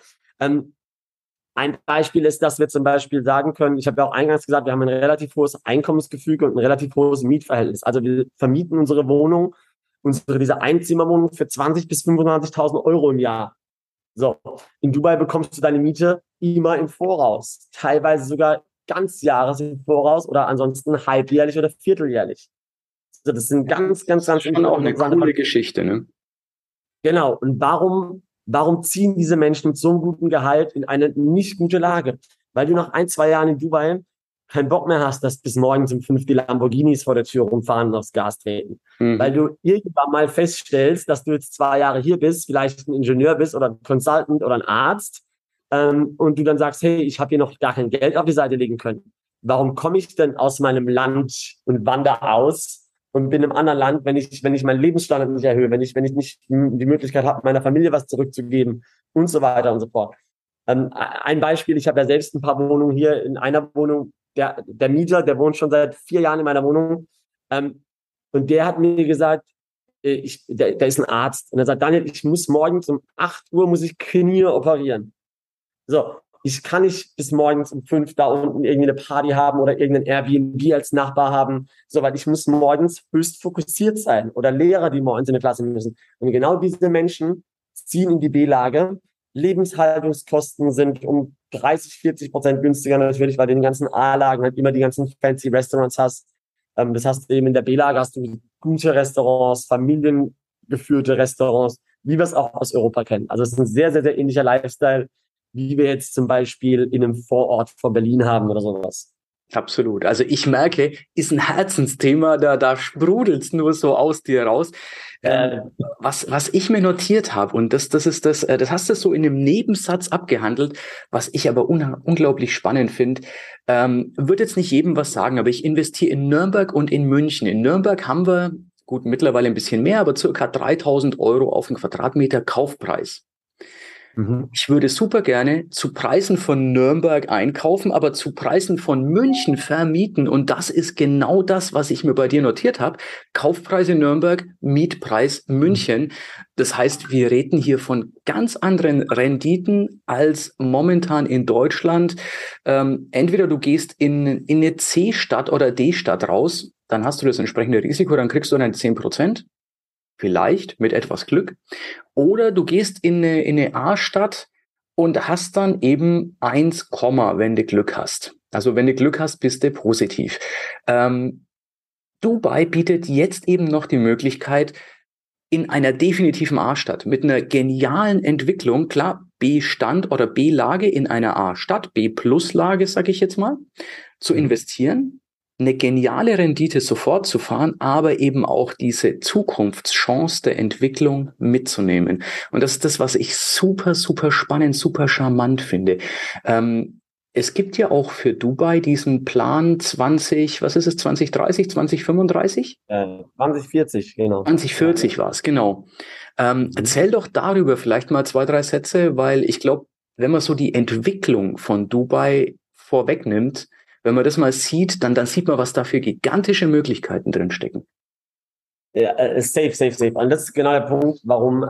Ein Beispiel ist, dass wir zum Beispiel sagen können, ich habe ja auch eingangs gesagt, wir haben ein relativ hohes Einkommensgefüge und ein relativ hohes Mietverhältnis. Also wir vermieten unsere Wohnung, diese Einzimmerwohnung für 20.000 bis 25.000 Euro im Jahr. So, in Dubai bekommst du deine Miete immer im Voraus, teilweise sogar Ganzjahres im Voraus oder ansonsten halbjährlich oder vierteljährlich. Also das sind ganz schon auch eine coole Geschichte, ne? Genau. Und warum ziehen diese Menschen mit so einem guten Gehalt in eine nicht gute Lage? Weil du nach 1, 2 Jahren in Dubai keinen Bock mehr hast, dass bis morgens um 5 die Lamborghinis vor der Tür rumfahren und aufs Gas treten. Mhm. Weil du irgendwann mal feststellst, dass du jetzt 2 Jahre hier bist, vielleicht ein Ingenieur bist oder ein Consultant oder ein Arzt, und du dann sagst, hey, ich habe hier noch gar kein Geld auf die Seite legen können. Warum komme ich denn aus meinem Land und wandere aus und bin im anderen Land, wenn ich meinen Lebensstandard nicht erhöhe, wenn ich nicht die Möglichkeit habe, meiner Familie was zurückzugeben und so weiter und so fort. Ein Beispiel, ich habe ja selbst ein paar Wohnungen hier. In einer Wohnung, der Mieter, der wohnt schon seit 4 Jahren in meiner Wohnung, und der hat mir gesagt, der ist ein Arzt, und er sagt, Daniel, ich muss morgens um 8 Uhr muss ich Knie operieren. So, ich kann nicht bis morgens um 5 da unten irgendwie eine Party haben oder irgendein Airbnb als Nachbar haben, so, weil ich muss morgens höchst fokussiert sein, oder Lehrer, die morgens in der Klasse müssen. Und genau diese Menschen ziehen in die B-Lage. Lebenshaltungskosten sind um 30-40% günstiger natürlich, weil du in den ganzen A-Lagen halt immer die ganzen fancy Restaurants hast. Das hast du eben in der B-Lage, hast du gute Restaurants, familiengeführte Restaurants, wie wir es auch aus Europa kennen. Also es ist ein sehr, sehr, sehr ähnlicher Lifestyle, wie wir jetzt zum Beispiel in einem Vorort von Berlin haben oder sowas. Absolut. Also ich merke, ist ein Herzensthema, da sprudelt's nur so aus dir raus. Was ich mir notiert habe, und das hast du so in einem Nebensatz abgehandelt, was ich aber unglaublich spannend finde, wird jetzt nicht jedem was sagen, aber ich investiere in Nürnberg und in München. In Nürnberg haben wir, gut, mittlerweile ein bisschen mehr, aber circa 3.000 Euro auf den Quadratmeter Kaufpreis. Ich würde super gerne zu Preisen von Nürnberg einkaufen, aber zu Preisen von München vermieten. Und das ist genau das, was ich mir bei dir notiert habe. Kaufpreise Nürnberg, Mietpreis München. Das heißt, wir reden hier von ganz anderen Renditen als momentan in Deutschland. Entweder du gehst in eine C-Stadt oder D-Stadt raus, dann hast du das entsprechende Risiko, dann kriegst du dann 10%. Vielleicht mit etwas Glück. Oder du gehst in eine A-Stadt und hast dann eben 1, wenn du Glück hast. Also wenn du Glück hast, bist du positiv. Dubai bietet jetzt eben noch die Möglichkeit, in einer definitiven A-Stadt mit einer genialen Entwicklung, klar, B-Stand oder B-Lage in einer A-Stadt, B-Plus-Lage, sage ich jetzt mal, zu investieren, eine geniale Rendite sofort zu fahren, aber eben auch diese Zukunftschance der Entwicklung mitzunehmen. Und das ist das, was ich super, super spannend, super charmant finde. Es gibt ja auch für Dubai diesen Plan 2030, 2035? 2040, genau. 2040 war es, genau. Erzähl doch darüber vielleicht mal 2, 3 Sätze, weil ich glaube, wenn man so die Entwicklung von Dubai vorwegnimmt, wenn man das mal sieht, dann sieht man, was da für gigantische Möglichkeiten drin stecken. Ja, safe. Und das ist genau der Punkt, warum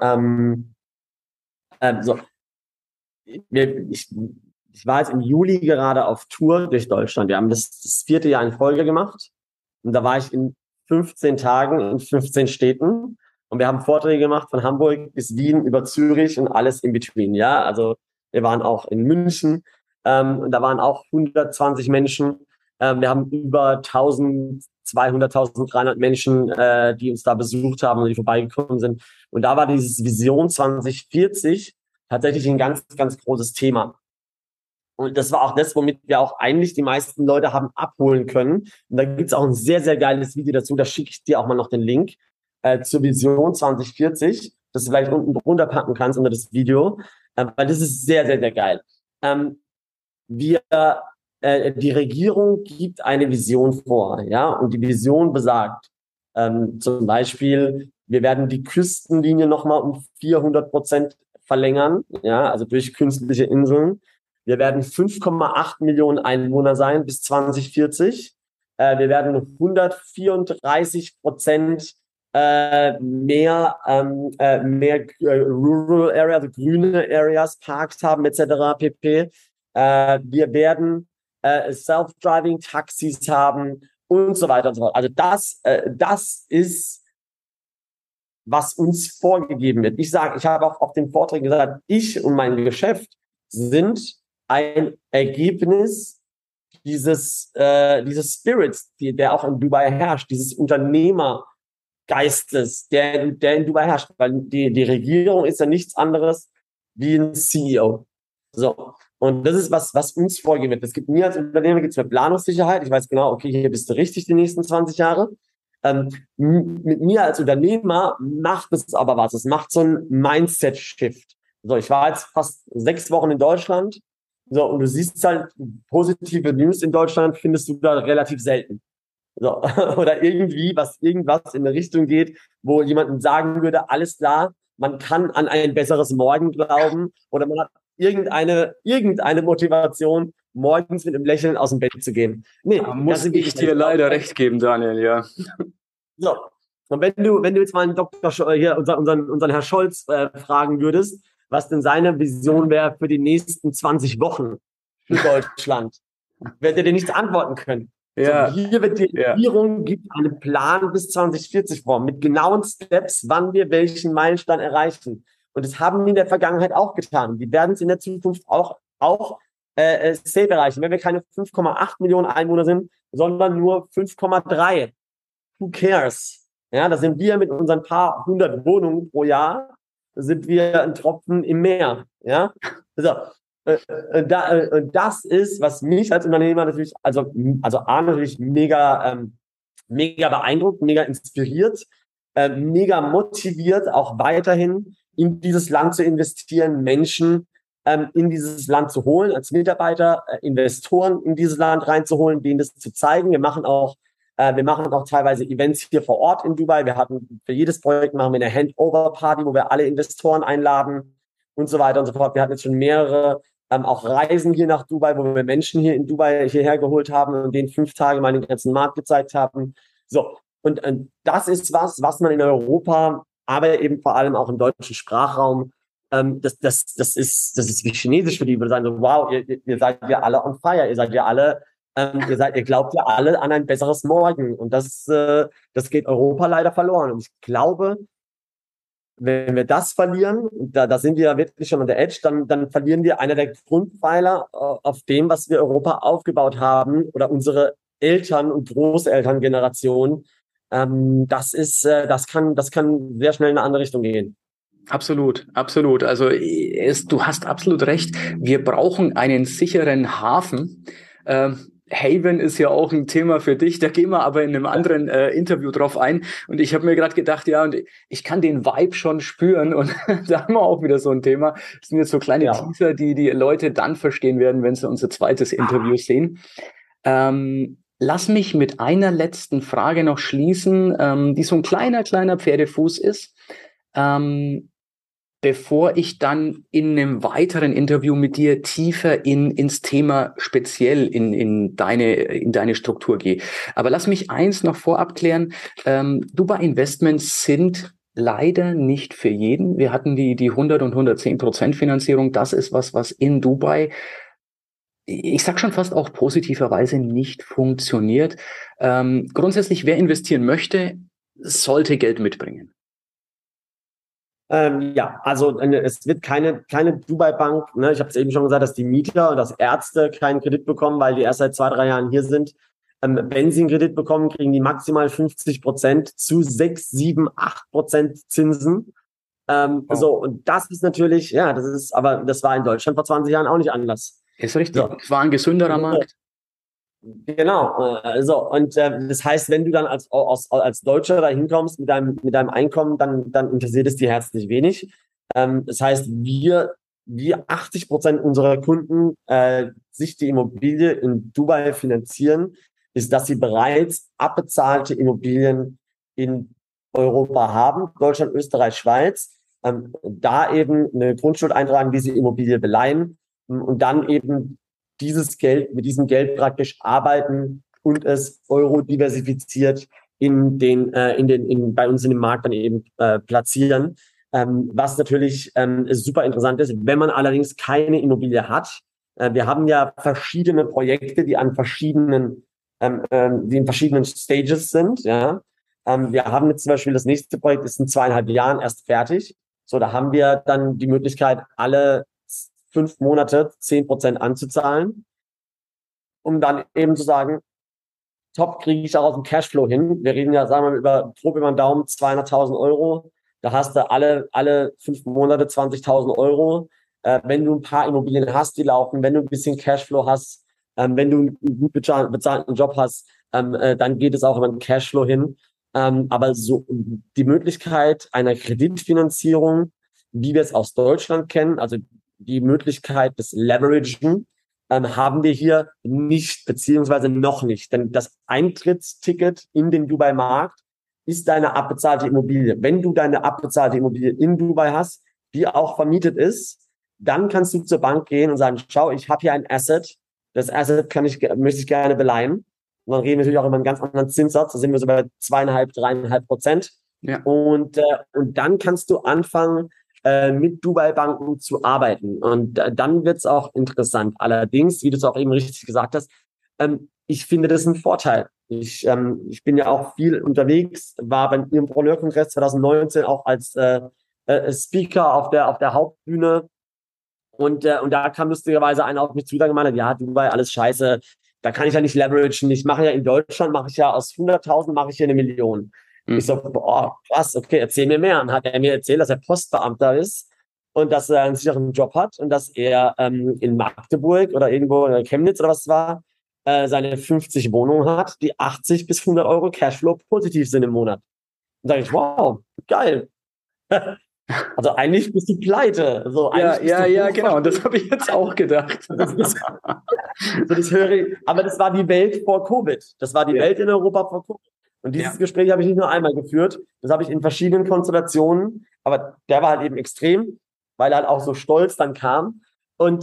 ich war jetzt im Juli gerade auf Tour durch Deutschland. Wir haben das 4. Jahr in Folge gemacht. Und da war ich in 15 Tagen in 15 Städten. Und wir haben Vorträge gemacht von Hamburg bis Wien über Zürich und alles in between. Ja, also wir waren auch in München. Und da waren auch 120 Menschen. Wir haben über 1200, 1300 Menschen, die uns da besucht haben und die vorbeigekommen sind. Und da war dieses Vision 2040 tatsächlich ein ganz, ganz großes Thema. Und das war auch das, womit wir auch eigentlich die meisten Leute haben abholen können. Und da gibt's auch ein sehr, sehr geiles Video dazu. Da schicke ich dir auch mal noch den Link zur Vision 2040, das du vielleicht unten drunter packen kannst unter das Video, weil das ist sehr, sehr, sehr geil. Wir Die Regierung gibt eine Vision vor, ja, und die Vision besagt, zum Beispiel, wir werden die Küstenlinie nochmal um 400% verlängern, ja, also durch künstliche Inseln. Wir werden 5,8 Millionen Einwohner sein bis 2040. Wir werden 134% mehr Rural Area, also grüne Areas, Parks haben etc. pp. Wir werden Self-Driving Taxis haben und so weiter und so fort. Also das ist, was uns vorgegeben wird. Ich habe auch auf den Vorträgen gesagt, ich und mein Geschäft sind ein Ergebnis dieses Spirits, der auch in Dubai herrscht, dieses Unternehmergeistes, der in Dubai herrscht, weil die Regierung ist ja nichts anderes wie ein CEO. So. Und das ist was uns vorgegeben wird. Es gibt mir als Unternehmer gibt's mehr Planungssicherheit. Ich weiß genau, okay, hier bist du richtig die nächsten 20 Jahre. Mit mir als Unternehmer macht es aber was. Es macht so ein Mindset-Shift. So, ich war jetzt fast 6 Wochen in Deutschland. So, und du siehst halt, positive News in Deutschland findest du da relativ selten. So, oder irgendwas in eine Richtung geht, wo jemand sagen würde, alles klar, man kann an ein besseres Morgen glauben oder man hat irgendeine Motivation, morgens mit einem Lächeln aus dem Bett zu gehen. Nee, da muss ich dir leider recht geben, Daniel, ja. So. Und wenn du jetzt mal einen unseren Herr Scholz fragen würdest, was denn seine Vision wäre für die nächsten 20 Wochen für Deutschland, wird er dir nicht antworten können. Ja. So, hier wird die Regierung gibt einen Plan bis 2040 vor, mit genauen Steps, wann wir welchen Meilenstein erreichen. Und das haben die in der Vergangenheit auch getan. Die werden es in der Zukunft auch safe erreichen. Wenn wir keine 5,8 Millionen Einwohner sind, sondern nur 5,3. Who cares? Ja, da sind wir mit unseren paar 100 Wohnungen pro Jahr, sind wir ein Tropfen im Meer. Ja, so. Das ist, was mich als Unternehmer natürlich, also natürlich mega beeindruckt, mega inspiriert, mega motiviert, auch weiterhin in dieses Land zu investieren, Menschen in dieses Land zu holen, als Mitarbeiter, Investoren in dieses Land reinzuholen, denen das zu zeigen. Wir machen auch teilweise Events hier vor Ort in Dubai. Für jedes Projekt machen wir eine Handover-Party, wo wir alle Investoren einladen und so weiter und so fort. Wir hatten jetzt schon mehrere auch Reisen hier nach Dubai, wo wir Menschen hier in Dubai hierher geholt haben und denen 5 Tage mal den ganzen Markt gezeigt haben. So. Und das ist was man in Europa, aber eben vor allem auch im deutschen Sprachraum, das ist wie Chinesisch für die, würde sagen so, wow, ihr seid ja alle on fire, ihr seid ja alle, ihr glaubt ja alle an ein besseres Morgen. Und das geht Europa leider verloren. Und ich glaube, wenn wir das verlieren, da sind wir ja wirklich schon an der Edge, dann verlieren wir einer der Grundpfeiler auf dem, was wir Europa aufgebaut haben oder unsere Eltern- und Großelterngeneration. Das kann sehr schnell in eine andere Richtung gehen. Absolut, absolut. Also du hast absolut recht. Wir brauchen einen sicheren Hafen. Haven ist ja auch ein Thema für dich, da gehen wir aber in einem anderen Interview drauf ein. Und ich habe mir gerade gedacht, ja, und ich kann den Vibe schon spüren und da haben wir auch wieder so ein Thema. Das sind jetzt so kleine Teaser, die Leute dann verstehen werden, wenn sie unser zweites Interview sehen. Lass mich mit einer letzten Frage noch schließen, die so ein kleiner Pferdefuß ist. Bevor ich dann in einem weiteren Interview mit dir tiefer ins Thema speziell in deine Struktur gehe. Aber lass mich eins noch vorab klären. Dubai Investments sind leider nicht für jeden. Wir hatten die 100 und 110% Finanzierung. Das ist was in Dubai, ich sag schon fast auch positiverweise nicht funktioniert. Grundsätzlich, wer investieren möchte, sollte Geld mitbringen. Ja, also es wird keine Dubai-Bank, ne? Ich habe es eben schon gesagt, dass die Mieter und dass Ärzte keinen Kredit bekommen, weil die erst seit 2, 3 Jahren hier sind. Wenn sie einen Kredit bekommen, kriegen die maximal 50% zu 6, 7, 8% Zinsen. Wow. Und das ist natürlich, ja, aber das war in Deutschland vor 20 Jahren auch nicht anders. Ist richtig. So. Es war ein gesünderer Markt. Genau, das heißt, wenn du dann als Deutscher da hinkommst mit deinem Einkommen, dann interessiert es die herzlich wenig. Das heißt, wie 80% unserer Kunden sich die Immobilie in Dubai finanzieren, ist, dass sie bereits abbezahlte Immobilien in Europa haben, Deutschland, Österreich, Schweiz, da eben eine Grundschuld eintragen, diese Immobilie beleihen und dann eben mit diesem Geld praktisch arbeiten und es Euro diversifiziert bei uns in dem Markt dann eben platzieren. Was natürlich super interessant ist, wenn man allerdings keine Immobilie hat. Wir haben ja verschiedene Projekte, die in verschiedenen Stages sind. Ja, wir haben jetzt zum Beispiel das nächste Projekt ist in 2,5 Jahren erst fertig. So, da haben wir dann die Möglichkeit, alle 5 Monate 10% anzuzahlen, um dann eben zu sagen, top, kriege ich auch aus dem Cashflow hin. Wir reden ja, sagen wir mal, grob über den Daumen 200.000 Euro. Da hast du alle 5 Monate 20.000 Euro. Wenn du ein paar Immobilien hast, die laufen, wenn du ein bisschen Cashflow hast, wenn du einen gut bezahlten Job hast, dann geht es auch über den Cashflow hin. Aber so die Möglichkeit einer Kreditfinanzierung, wie wir es aus Deutschland kennen, also die Möglichkeit des Leveragen, haben wir hier nicht, beziehungsweise noch nicht. Denn das Eintrittsticket in den Dubai-Markt ist deine abbezahlte Immobilie. Wenn du deine abbezahlte Immobilie in Dubai hast, die auch vermietet ist, dann kannst du zur Bank gehen und sagen, schau, ich habe hier ein Asset, das Asset möchte ich gerne beleihen. Und dann reden wir natürlich auch über einen ganz anderen Zinssatz, da sind wir so bei 2,5, 3,5%. Ja. Und dann kannst du anfangen, mit Dubai-Banken zu arbeiten. Und dann wird es auch interessant. Allerdings, wie du es auch eben richtig gesagt hast, ich finde das ein Vorteil. Ich bin ja auch viel unterwegs, war beim Entrepreneur-Kongress 2019 auch als Speaker auf der Hauptbühne. Und da kam lustigerweise einer auf mich zu, der gemeint hat, ja, Dubai, alles scheiße, da kann ich ja nicht leveragen. Ich mache ja in Deutschland, mache ich ja aus 100.000 mache ich hier 1 Million. Ich so, boah, krass, okay, erzähl mir mehr. Und hat er mir erzählt, dass er Postbeamter ist und dass er einen sicheren Job hat und dass er in Magdeburg oder irgendwo in Chemnitz oder was es war, seine 50 Wohnungen hat, die 80 bis 100 Euro Cashflow positiv sind im Monat. Und sage ich, wow, geil. Also eigentlich bist du pleite. Also Ja, genau. Und das habe ich jetzt auch gedacht. Das höre ich. Aber das war die Welt vor Covid. Das war die Welt in Europa vor Covid. Und dieses Gespräch habe ich nicht nur einmal geführt. Das habe ich in verschiedenen Konstellationen. Aber der war halt eben extrem, weil er halt auch so stolz dann kam. Und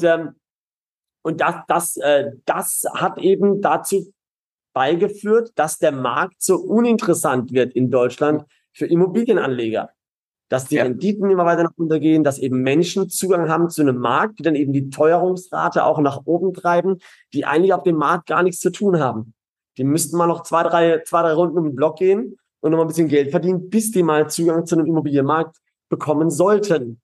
das hat eben dazu beigeführt, dass der Markt so uninteressant wird in Deutschland für Immobilienanleger. Dass die Renditen immer weiter nach unten gehen, dass eben Menschen Zugang haben zu einem Markt, die dann eben die Teuerungsrate auch nach oben treiben, die eigentlich auf dem Markt gar nichts zu tun haben. Die müssten mal noch zwei, drei Runden um den Block gehen und noch mal ein bisschen Geld verdienen, bis die mal Zugang zu einem Immobilienmarkt bekommen sollten.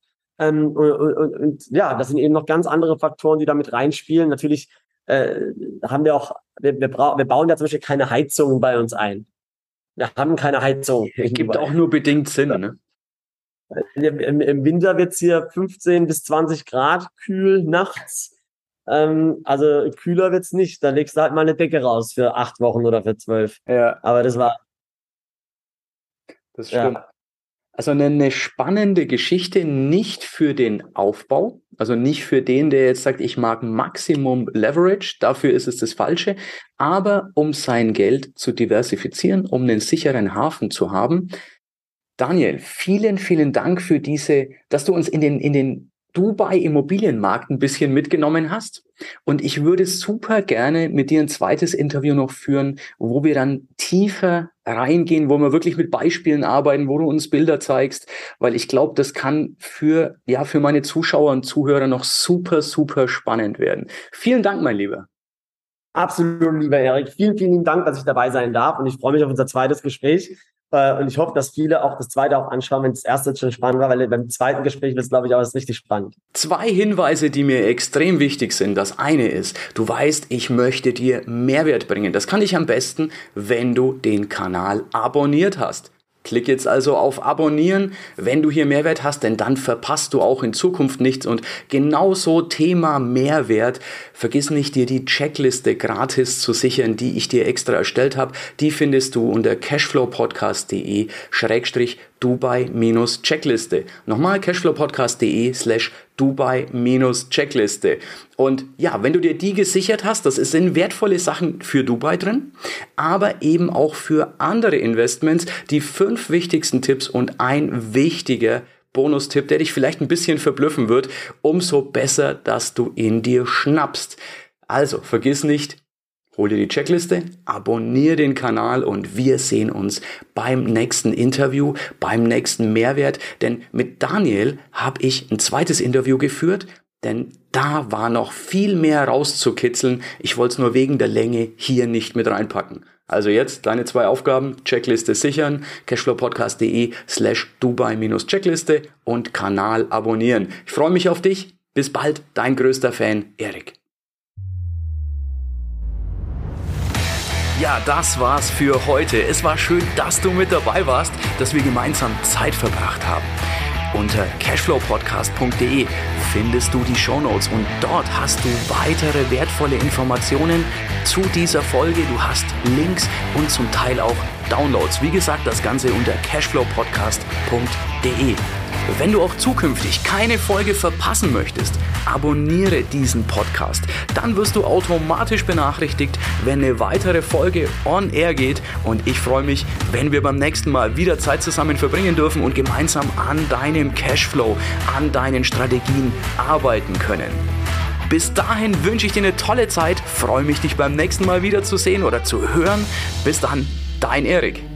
Und ja, das sind eben noch ganz andere Faktoren, die da mit reinspielen. Natürlich haben wir bauen ja zum Beispiel keine Heizungen bei uns ein. Wir haben keine Heizung. Gibt auch nur bedingt Sinn, ne? Im Winter wird es hier 15 bis 20 Grad kühl nachts. Also kühler wird es nicht. Da legst du halt mal eine Decke raus für 8 Wochen oder für 12. Ja. Aber das stimmt. Ja. Also eine spannende Geschichte, nicht für den Aufbau, also nicht für den, der jetzt sagt, ich mag Maximum Leverage, dafür ist es das Falsche, aber um sein Geld zu diversifizieren, um einen sicheren Hafen zu haben. Daniel, vielen, vielen Dank für dass du uns in den Dubai-Immobilienmarkt ein bisschen mitgenommen hast. Und ich würde super gerne mit dir ein zweites Interview noch führen, wo wir dann tiefer reingehen, wo wir wirklich mit Beispielen arbeiten, wo du uns Bilder zeigst, weil ich glaube, das kann für meine Zuschauer und Zuhörer noch super, super spannend werden. Vielen Dank, mein Lieber. Absolut, lieber Erik. Vielen, vielen Dank, dass ich dabei sein darf. Und ich freue mich auf unser zweites Gespräch. Und ich hoffe, dass viele auch das zweite auch anschauen, wenn das erste schon spannend war, weil beim zweiten Gespräch wird es, glaube ich, auch erst richtig spannend. 2 Hinweise, die mir extrem wichtig sind. Das eine ist, du weißt, ich möchte dir Mehrwert bringen. Das kann ich am besten, wenn du den Kanal abonniert hast. Klick jetzt also auf Abonnieren, wenn du hier Mehrwert hast, denn dann verpasst du auch in Zukunft nichts. Und genauso Thema Mehrwert, vergiss nicht, dir die Checkliste gratis zu sichern, die ich dir extra erstellt habe. Die findest du unter cashflowpodcast.de/Dubai-Checkliste. Nochmal cashflowpodcast.de/Dubai-Checkliste. Und ja, wenn du dir die gesichert hast, sind wertvolle Sachen für Dubai drin, aber eben auch für andere Investments, die 5 wichtigsten Tipps und ein wichtiger Bonustipp, der dich vielleicht ein bisschen verblüffen wird, umso besser, dass du ihn dir schnappst. Also, vergiss nicht, hol dir die Checkliste, abonniere den Kanal und wir sehen uns beim nächsten Interview, beim nächsten Mehrwert, denn mit Daniel habe ich ein zweites Interview geführt, denn da war noch viel mehr rauszukitzeln. Ich wollte es nur wegen der Länge hier nicht mit reinpacken. Also jetzt deine 2 Aufgaben, Checkliste sichern, cashflowpodcast.de/Dubai-Checkliste und Kanal abonnieren. Ich freue mich auf dich. Bis bald, dein größter Fan, Erik. Ja, das war's für heute. Es war schön, dass du mit dabei warst, dass wir gemeinsam Zeit verbracht haben. Unter cashflowpodcast.de findest du die Shownotes und dort hast du weitere wertvolle Informationen zu dieser Folge. Du hast Links und zum Teil auch Downloads. Wie gesagt, das Ganze unter cashflowpodcast.de. Wenn du auch zukünftig keine Folge verpassen möchtest, abonniere diesen Podcast. Dann wirst du automatisch benachrichtigt, wenn eine weitere Folge on air geht. Und ich freue mich, wenn wir beim nächsten Mal wieder Zeit zusammen verbringen dürfen und gemeinsam an deinem Cashflow, an deinen Strategien arbeiten können. Bis dahin wünsche ich dir eine tolle Zeit. Freue mich, dich beim nächsten Mal wieder zu sehen oder zu hören. Bis dann, dein Erik.